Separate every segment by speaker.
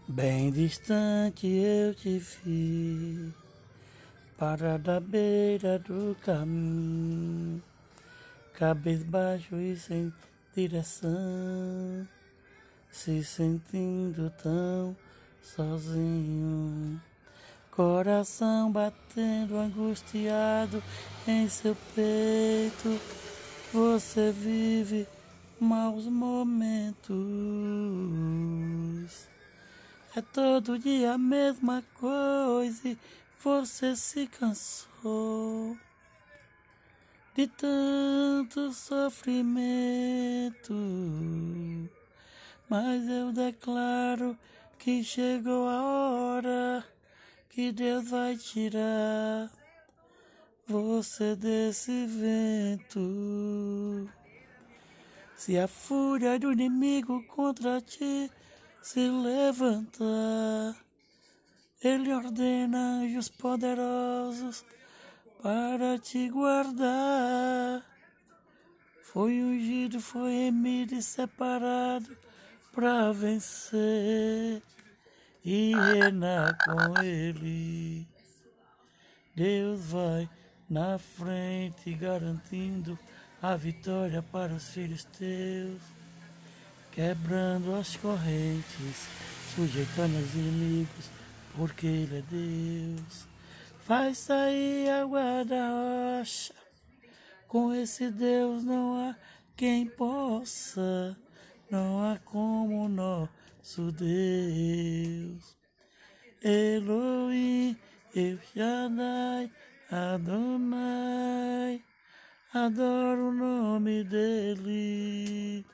Speaker 1: Bem distante eu te vi, parada à beira do caminho, cabisbaixo e sem direção, se sentindo tão sozinho. Coração batendo angustiado em seu peito, você vive maus momentos. É todo dia a mesma coisa e você se cansou de tanto sofrimento. Mas eu declaro que chegou a hora que Deus vai tirar você desse vento. Se a fúria do inimigo contra ti se levantar, ele ordena anjos poderosos para te guardar. Foi ungido, foi remido e separado para vencer e reinar com ele. Deus vai na frente garantindo a vitória para os filhos teus, quebrando as correntes, sujeitando os inimigos, porque Ele é Deus. Faz sair água da rocha, com esse Deus não há quem possa, não há como nosso Deus. Elohim, El Shaddai, Adonai, adoro o nome dele.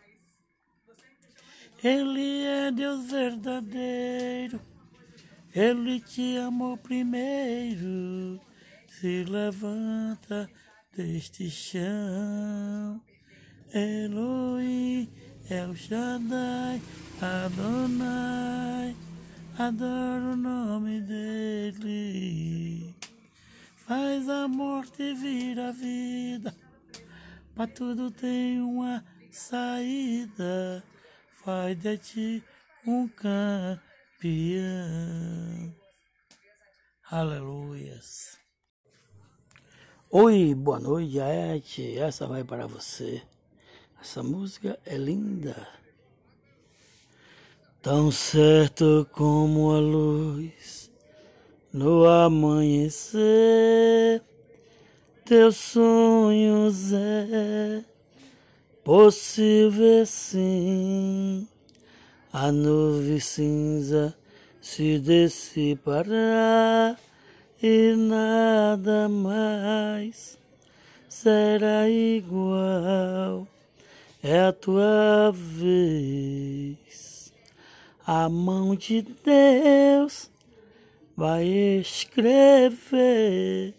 Speaker 1: Ele é Deus verdadeiro, Ele te amou primeiro, se levanta deste chão. Elohim, El Shaddai, Adonai, adoro o nome dele. Faz a morte vir a vida, pra tudo tem uma saída. Faz de ti um campeão. Aleluias. Oi, boa noite, Aete. Essa vai para você. Essa música é linda. Tão certo como a luz no amanhecer, teus sonhos é possível sim. A nuvem cinza se dissipará e nada mais será igual. É a tua vez. A mão de Deus vai escrever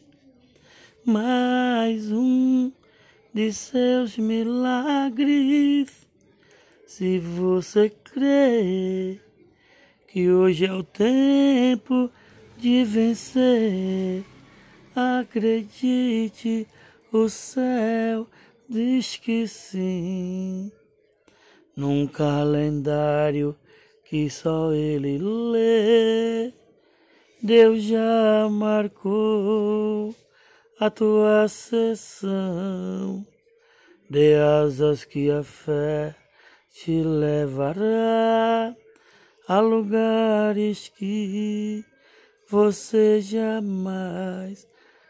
Speaker 1: mais um de seus milagres. Se você crê que hoje é o tempo de vencer, acredite, o céu diz que sim. Num calendário que só ele lê, Deus já marcou a tua sessão. Dê asas que a fé te levará a lugares que você jamais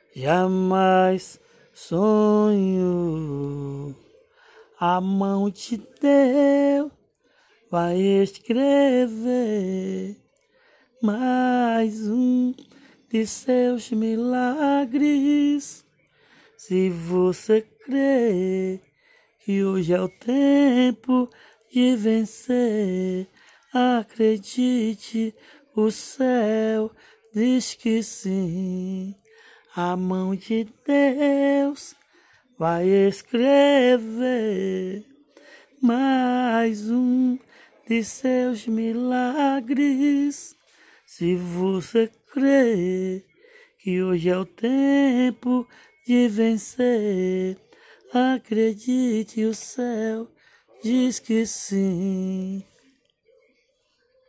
Speaker 1: sonhou. A mão de Deus vai escrever mais um de seus milagres. Se você crê que hoje é o tempo de vencer, acredite, o céu diz que sim. A mão de Deus vai escrever mais um de seus milagres. Se você crê que hoje é o tempo de vencer, acredite, o céu diz que sim.